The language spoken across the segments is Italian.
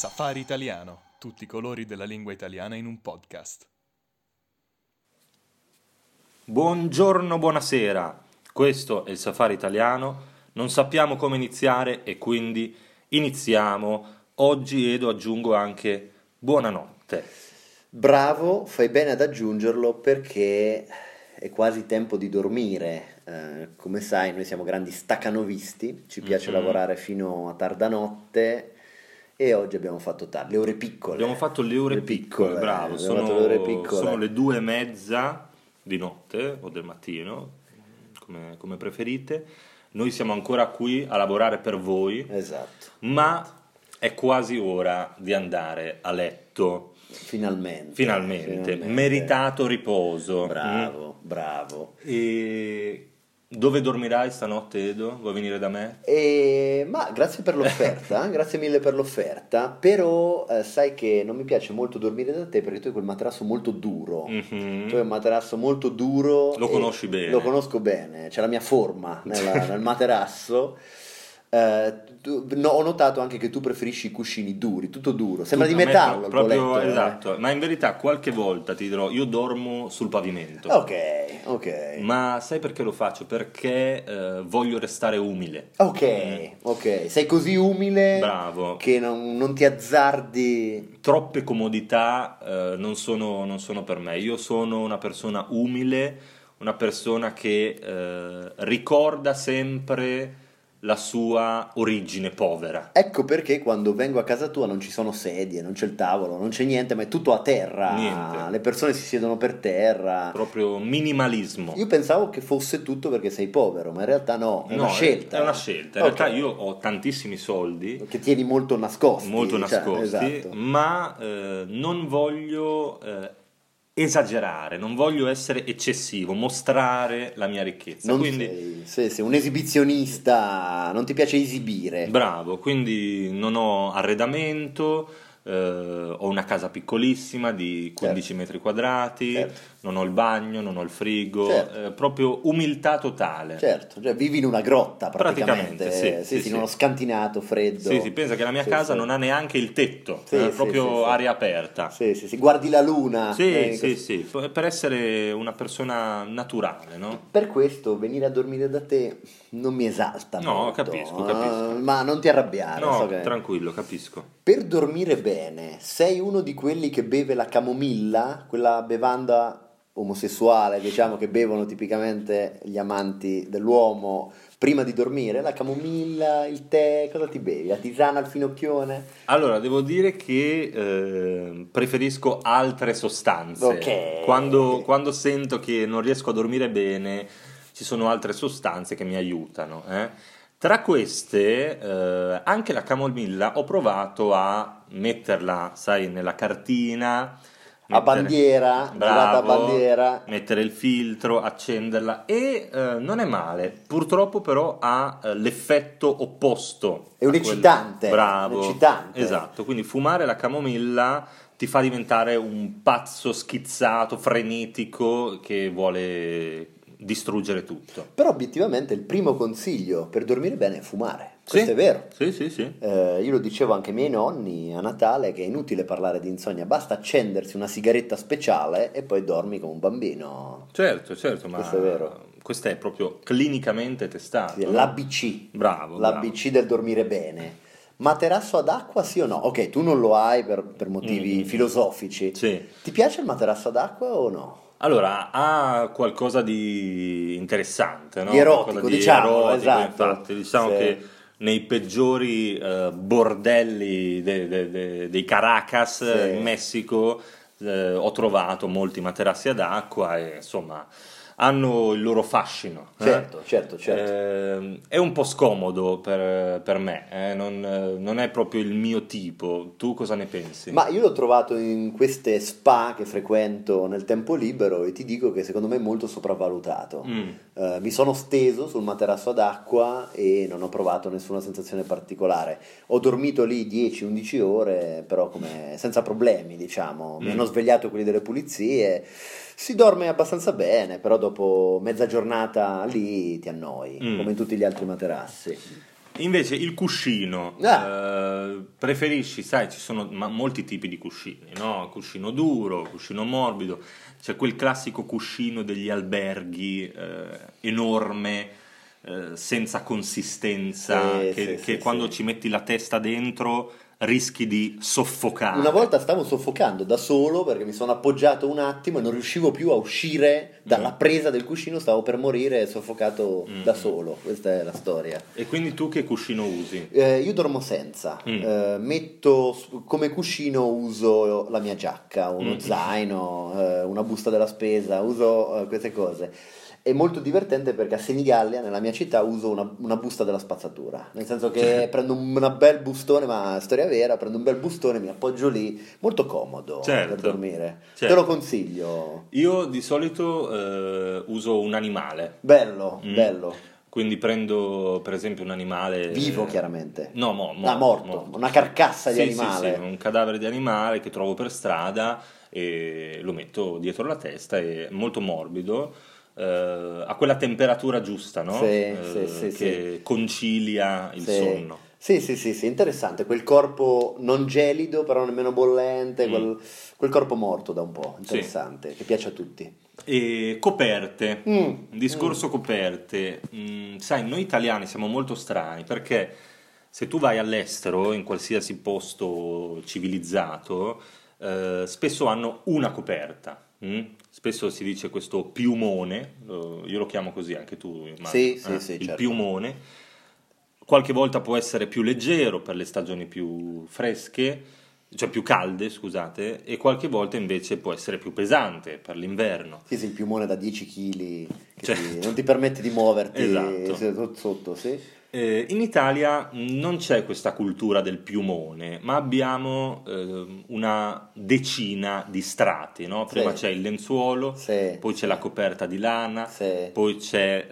Safari Italiano, tutti i colori della lingua italiana in un podcast. Buongiorno, buonasera, questo è il Safari Italiano, non sappiamo come iniziare e quindi iniziamo. Oggi Edo aggiungo anche buonanotte. Bravo, fai bene ad aggiungerlo perché è quasi tempo di dormire. Come sai, noi siamo grandi staccanovisti, ci piace lavorare fino a tarda notte e oggi abbiamo fatto tardi, le ore piccole. Abbiamo fatto le ore piccole, bravo, fatto le ore piccole. Sono le 2:30 di notte o del mattino, come preferite. Noi siamo ancora qui a lavorare per voi, Esatto. ma è quasi ora di andare a letto. Finalmente. Meritato riposo. Bravo. E dove dormirai stanotte, Edo? Vuoi venire da me? Ma grazie per l'offerta, grazie mille per l'offerta, però sai che non mi piace molto dormire da te perché tu hai quel materasso molto duro. Mhm. Tu hai un materasso molto duro. Lo conosci bene. Lo conosco bene, c'è la mia forma nel materasso. Ho notato anche che tu preferisci i cuscini duri, tutto duro, sembra di metallo il tuo proprio, letto. esatto, ma in verità qualche volta ti dirò, io dormo sul pavimento. Ok. Ma sai perché lo faccio? Perché voglio restare umile. Ok, sei così umile. Bravo. Che non ti azzardi. Troppe comodità non sono per me. Io sono una persona umile, una persona che ricorda sempre la sua origine povera. Ecco perché quando vengo a casa tua non ci sono sedie, non c'è il tavolo, non c'è niente, ma è tutto a terra. Niente. Le persone si siedono per terra. Proprio minimalismo. Io pensavo che fosse tutto perché sei povero, ma in realtà no, è una scelta. È una scelta. In realtà io ho tantissimi soldi. Che tieni molto nascosti. Esatto. Ma non voglio esagerare, non voglio essere eccessivo, mostrare la mia ricchezza. Quindi sei un esibizionista, non ti piace esibire. Bravo, quindi non ho arredamento, ho una casa piccolissima di 15 metri quadrati, non ho il bagno, non ho il frigo, proprio umiltà totale. Certo, cioè vivi in una grotta praticamente. Sì, in uno scantinato freddo. Sì, pensa che la mia casa non ha neanche il tetto, è proprio aria aperta. Sì, guardi la luna. Sì, per essere una persona naturale, no? Per questo venire a dormire da te non mi esalta molto. Capisco. Ma non ti arrabbiare. No, tranquillo, capisco. Per dormire bene, sei uno di quelli che beve la camomilla, quella bevanda omosessuale, diciamo, che bevono tipicamente gli amanti dell'uomo prima di dormire? La camomilla, il tè, cosa ti bevi? La tisana al finocchione? Allora, devo dire che preferisco altre sostanze. Ok. Quando sento che non riesco a dormire bene, ci sono altre sostanze che mi aiutano. Tra queste, anche la camomilla ho provato a metterla, sai, nella cartina. A bandiera, girata a bandiera. Mettere il filtro, accenderla e non è male. Purtroppo però ha l'effetto opposto. È un eccitante. Bravo. Un eccitante. Esatto, quindi fumare la camomilla ti fa diventare un pazzo schizzato, frenetico che vuole distruggere tutto. Però obiettivamente il primo consiglio per dormire bene è fumare. Questo è vero. Sì. Io lo dicevo anche ai miei nonni a Natale che è inutile parlare di insonnia, basta accendersi una sigaretta speciale e poi dormi come un bambino. Certo, ma questo è vero. Questo è proprio clinicamente testato. L'ABC. Bravo. L'ABC del dormire bene. Materasso ad acqua sì o no? Ok, tu non lo hai per motivi filosofici. Sì. Ti piace il materasso ad acqua o no? Allora, ha qualcosa di interessante, no? Di erotico, diciamo, esatto. Infatti, diciamo che nei peggiori bordelli dei Caracas in Messico ho trovato molti materassi ad acqua e insomma hanno il loro fascino. Certo. È un po' scomodo per me, non è proprio il mio tipo. Tu cosa ne pensi? Ma io l'ho trovato in queste spa che frequento nel tempo libero e ti dico che secondo me è molto sopravvalutato. Mi sono steso sul materasso ad acqua e non ho provato nessuna sensazione particolare. Ho dormito lì 10-11 ore, però senza problemi, diciamo. Mi hanno svegliato quelli delle pulizie. Si dorme abbastanza bene, però dopo mezza giornata lì ti annoi, come in tutti gli altri materassi. Invece il cuscino, preferisci, sai, ci sono molti tipi di cuscini, no? Cuscino duro, cuscino morbido, c'è quel classico cuscino degli alberghi enorme, senza consistenza, che quando ci metti la testa dentro rischi di soffocare. Una volta stavo soffocando da solo perché mi sono appoggiato un attimo e non riuscivo più a uscire dalla presa del cuscino, stavo per morire soffocato da solo. Questa è la storia. E quindi tu che cuscino usi? Io dormo senza, metto come cuscino, uso la mia giacca, uno zaino, una busta della spesa, uso queste cose. È molto divertente perché a Senigallia, nella mia città, uso una busta della spazzatura, nel senso che prendo un bel bustone, ma storia vera, prendo un bel bustone, mi appoggio lì, molto comodo per dormire. Te lo consiglio. Io di solito uso un animale. Bello. Quindi prendo per esempio un animale vivo, chiaramente. No, morto. Una carcassa di animale. Sì, un cadavere di animale che trovo per strada e lo metto dietro la testa, è molto morbido. A quella temperatura giusta, no? Che concilia il sonno. Sì, interessante, quel corpo non gelido però nemmeno bollente, quel corpo morto da un po', interessante, che piace a tutti. E coperte, discorso coperte, sai, noi italiani siamo molto strani perché se tu vai all'estero, in qualsiasi posto civilizzato, spesso hanno una coperta. Spesso si dice questo piumone, io lo chiamo così, anche tu immagino. Sì, il piumone. Qualche volta può essere più leggero per le stagioni più fresche, cioè più calde, scusate, e qualche volta invece può essere più pesante per l'inverno. Sì, il piumone da 10 kg che non ti permette di muoverti sotto, sì. In Italia non c'è questa cultura del piumone, ma abbiamo una decina di strati, no? Prima c'è il lenzuolo, poi c'è la coperta di lana, poi c'è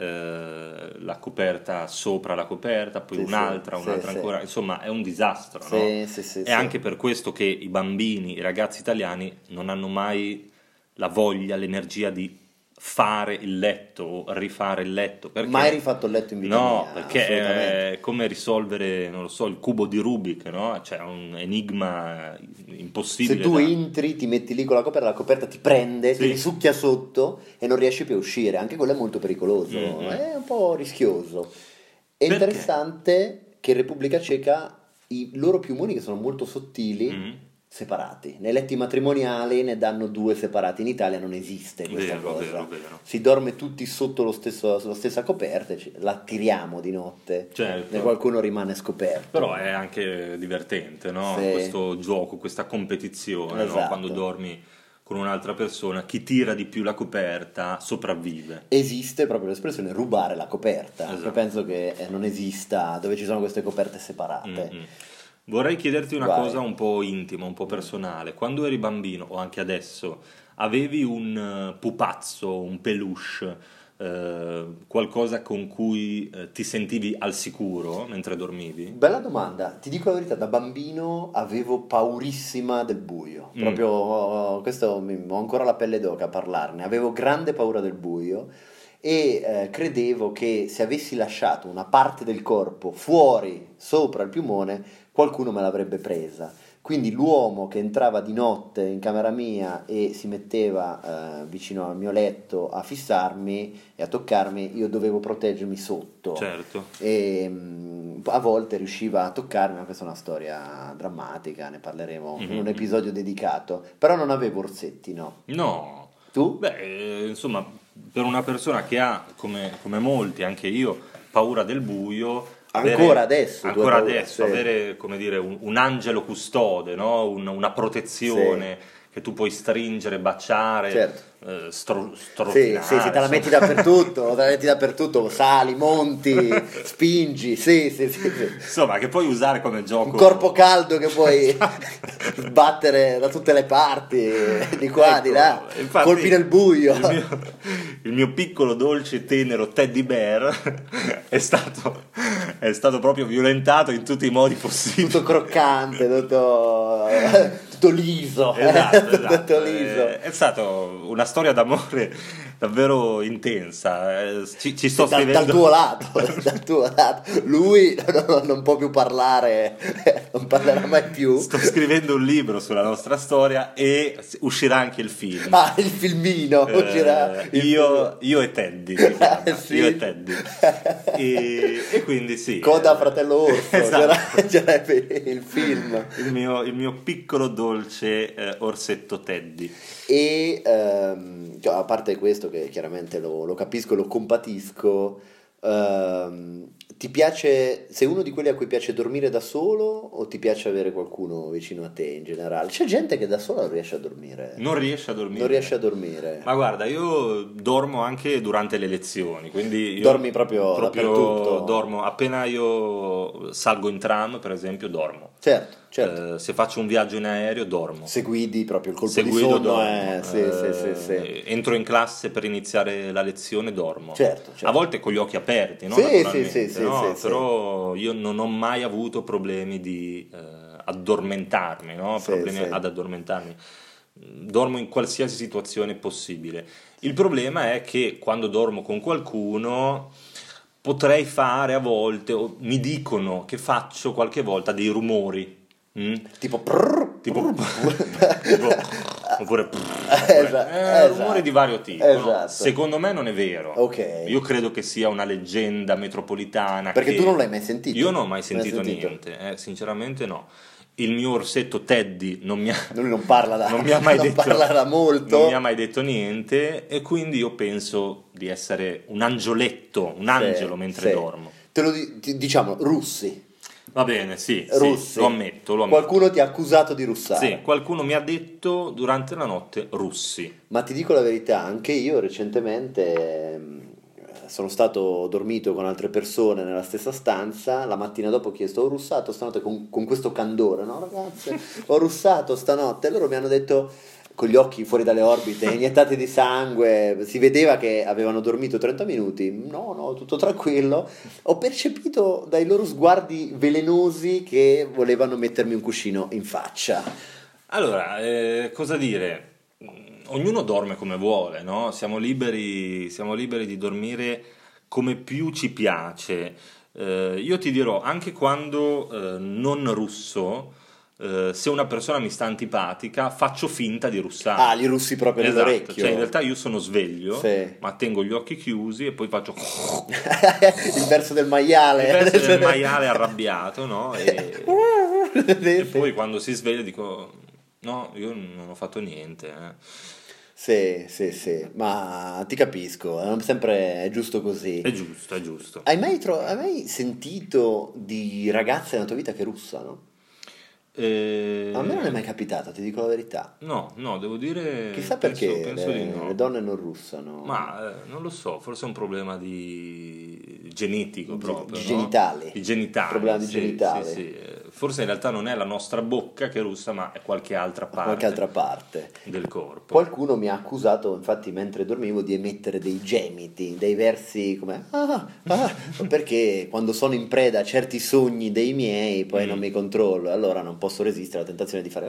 la coperta sopra la coperta, poi un'altra ancora, insomma è un disastro, no? È anche per questo che i bambini, i ragazzi italiani non hanno mai la voglia, l'energia di fare il letto o rifare il letto. Perché mai rifatto il letto in vita no, mia, perché è come risolvere, non lo so, il cubo di Rubik, no? Cioè un enigma impossibile. Se tu entri, ti metti lì con la coperta ti prende, ti risucchia sotto e non riesci più a uscire. Anche quello è molto pericoloso, è un po' rischioso. È interessante che in Repubblica Ceca i loro piumoni, che sono molto sottili, separati. Nei letti matrimoniali ne danno 2 separati. In Italia non esiste questa cosa. Vero. Si dorme tutti sotto la stessa coperta, la tiriamo di notte. Certo. E qualcuno rimane scoperto. Però è anche divertente, no? Questo gioco, questa competizione, no? Quando dormi con un'altra persona, chi tira di più la coperta sopravvive. Esiste proprio l'espressione rubare la coperta. Io penso che non esista dove ci sono queste coperte separate. Vorrei chiederti una cosa un po' intima, un po' personale. Quando eri bambino, o anche adesso, avevi un pupazzo, un peluche, qualcosa con cui ti sentivi al sicuro mentre dormivi? Bella domanda. Ti dico la verità, da bambino avevo paurissima del buio. Proprio, questo ho ancora la pelle d'oca a parlarne. Avevo grande paura del buio. E credevo che se avessi lasciato una parte del corpo fuori, sopra il piumone, qualcuno me l'avrebbe presa. Quindi l'uomo che entrava di notte in camera mia e si metteva vicino al mio letto a fissarmi e a toccarmi, io dovevo proteggermi sotto. Certo. E a volte riusciva a toccarmi, ma questa è una storia drammatica, ne parleremo in un episodio dedicato. Però non avevo orsetti, no? No. Tu? Beh, insomma, per una persona che ha, come molti, anche io, paura del buio, ancora adesso, avere, come dire, un angelo custode, no? Una protezione che tu puoi stringere, baciare, strofinare. Sì, te la metti dappertutto, sali, monti, spingi, Insomma, che puoi usare come gioco. Un corpo caldo che puoi sbattere da tutte le parti, di qua, di là, infatti, colpi nel buio. Il mio piccolo, dolce, tenero teddy bear è stato proprio violentato in tutti i modi possibili. Tutto croccante, tutto tutto liso. Esatto. Tutto liso. È stata una storia d'amore davvero intensa. Ci sto scrivendo dal tuo lato. Lui non può più parlare, non parlerà mai più. Sto scrivendo un libro sulla nostra storia e uscirà anche il film. Il filmino uscirà. Io e Teddy si chiama. Sì. Io e Teddy. E quindi sì. Coda fratello orso. Esatto. C'era il film. Il mio piccolo dolce orsetto Teddy. E a parte questo, che chiaramente lo capisco e lo compatisco, ti piace, sei uno di quelli a cui piace dormire da solo o ti piace avere qualcuno vicino a te in generale? C'è gente che da sola non riesce a dormire. Non riesce a dormire. Ma guarda, io dormo anche durante le lezioni, quindi io dormi proprio dappertutto. Dormo appena io salgo in tram, per esempio, dormo. Certo. Se faccio un viaggio in aereo dormo. Se guidi proprio il colpo di sonno sì. Entro in classe per iniziare la lezione, dormo. Certo. A volte con gli occhi aperti, no? Però io non ho mai avuto problemi di addormentarmi, no? Ad addormentarmi. Dormo in qualsiasi situazione possibile. Il problema è che quando dormo con qualcuno potrei fare a volte, o mi dicono che faccio qualche volta dei rumori. Tipo oppure esatto. rumori di vario tipo, esatto. No? Secondo me non è vero. Okay. Io credo che sia una leggenda metropolitana, perché tu non l'hai mai sentito. Io non ho mai sentito niente, sinceramente no. Il mio orsetto Teddy non mi ha mai detto niente, e quindi io penso di essere un angioletto, un angelo mentre dormo. Te lo diciamo, russi. Va bene, sì, russi. Lo ammetto. Qualcuno ti ha accusato di russare. Sì, qualcuno mi ha detto durante la notte russi. Ma ti dico la verità, anche io recentemente sono stato dormito con altre persone nella stessa stanza, la mattina dopo ho chiesto: ho russato stanotte, con questo candore, no ragazze, ho russato stanotte, e loro mi hanno detto, con gli occhi fuori dalle orbite, iniettati di sangue, si vedeva che avevano dormito 30 minuti, no, tutto tranquillo. Ho percepito dai loro sguardi velenosi che volevano mettermi un cuscino in faccia. Allora, cosa dire? Ognuno dorme come vuole, no? Siamo liberi di dormire come più ci piace. Io ti dirò, anche quando non russo, se una persona mi sta antipatica, faccio finta di russare. Li russi proprio nell'orecchio. Cioè, in realtà io sono sveglio, ma tengo gli occhi chiusi e poi faccio il verso del maiale. Il verso del maiale arrabbiato, no? E poi quando si sveglia dico: no, io non ho fatto niente. Sì, ma ti capisco, è giusto così. È giusto. Hai mai sentito di ragazze nella tua vita che russano? A me non è mai capitato, ti dico la verità. No, devo dire. Chissà perché penso di no. Le donne non russano. Ma non lo so, forse è un problema genetico proprio. Di genitali. Di genitali. Problema di genitali. Sì. Forse in realtà non è la nostra bocca che russa, ma è qualche altra parte del corpo. Qualcuno mi ha accusato, infatti, mentre dormivo, di emettere dei gemiti, dei versi come perché quando sono in preda a certi sogni dei miei, poi non mi controllo, allora non posso resistere alla tentazione di fare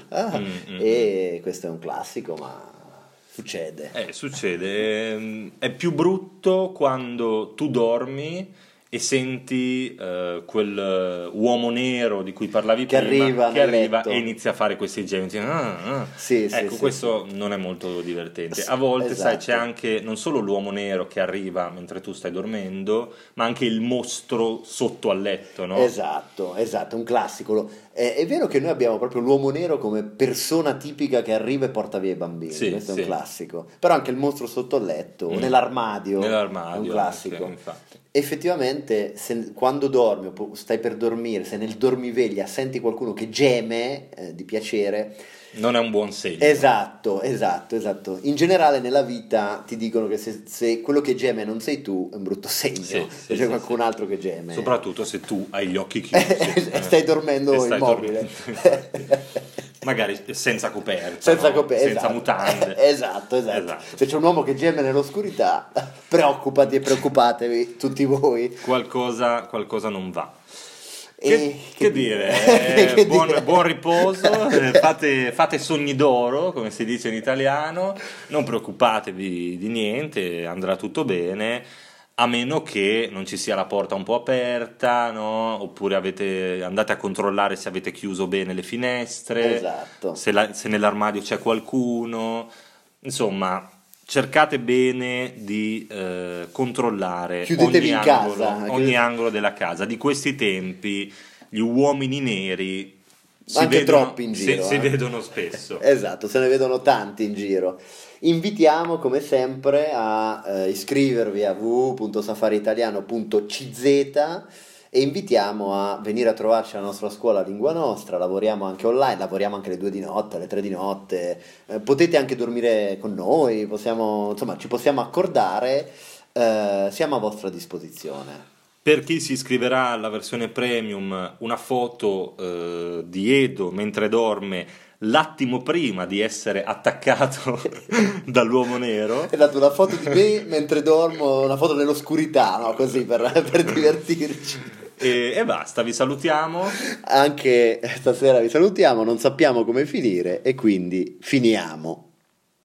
e questo è un classico, ma succede. Succede. È più brutto quando tu dormi e senti quel uomo nero di cui parlavi che prima, che arriva letto. E inizia a fare questi gemiti. Sì, questo non è molto divertente. A volte, sai, c'è anche non solo l'uomo nero che arriva mentre tu stai dormendo, ma anche il mostro sotto al letto, no? Esatto, un classico. È vero che noi abbiamo proprio l'uomo nero come persona tipica che arriva e porta via i bambini, questo è un classico. Però anche il mostro sotto il letto o nell'armadio è un classico. Infatti. Effettivamente, quando dormi o stai per dormire, se nel dormiveglia senti qualcuno che geme di piacere, non è un buon segno. Esatto. In generale nella vita ti dicono che se quello che geme non sei tu è un brutto segno, se c'è qualcun altro che geme. Soprattutto se tu hai gli occhi chiusi e stai dormendo immobile. Magari senza coperta, senza mutande. Esatto. Se c'è un uomo che geme nell'oscurità, preoccupatevi tutti voi. Qualcosa non va. Che dire, che buon, dire? buon riposo, fate sogni d'oro, come si dice in italiano, non preoccupatevi di niente, andrà tutto bene, a meno che non ci sia la porta un po' aperta, no? Oppure andate a controllare se avete chiuso bene le finestre, Esatto. se nell'armadio c'è qualcuno, insomma. Cercate bene di controllare Chiudetevi in casa. ogni angolo della casa. Di questi tempi gli uomini neri Anche troppi in giro, si vedono spesso. Esatto, se ne vedono tanti in giro. Invitiamo come sempre a iscrivervi a www.safariitaliano.cz e invitiamo a venire a trovarci alla nostra scuola Lingua Nostra. Lavoriamo anche online, lavoriamo anche le 2 di notte, alle 3 di notte, potete anche dormire con noi, ci possiamo accordare, siamo a vostra disposizione. Per chi si iscriverà alla versione premium, una foto di Edo mentre dorme l'attimo prima di essere attaccato dall'uomo nero. È dato una foto di me mentre dormo, una foto nell'oscurità, no? Così per divertirci. E basta, vi salutiamo. Anche stasera vi salutiamo, non sappiamo come finire e quindi finiamo.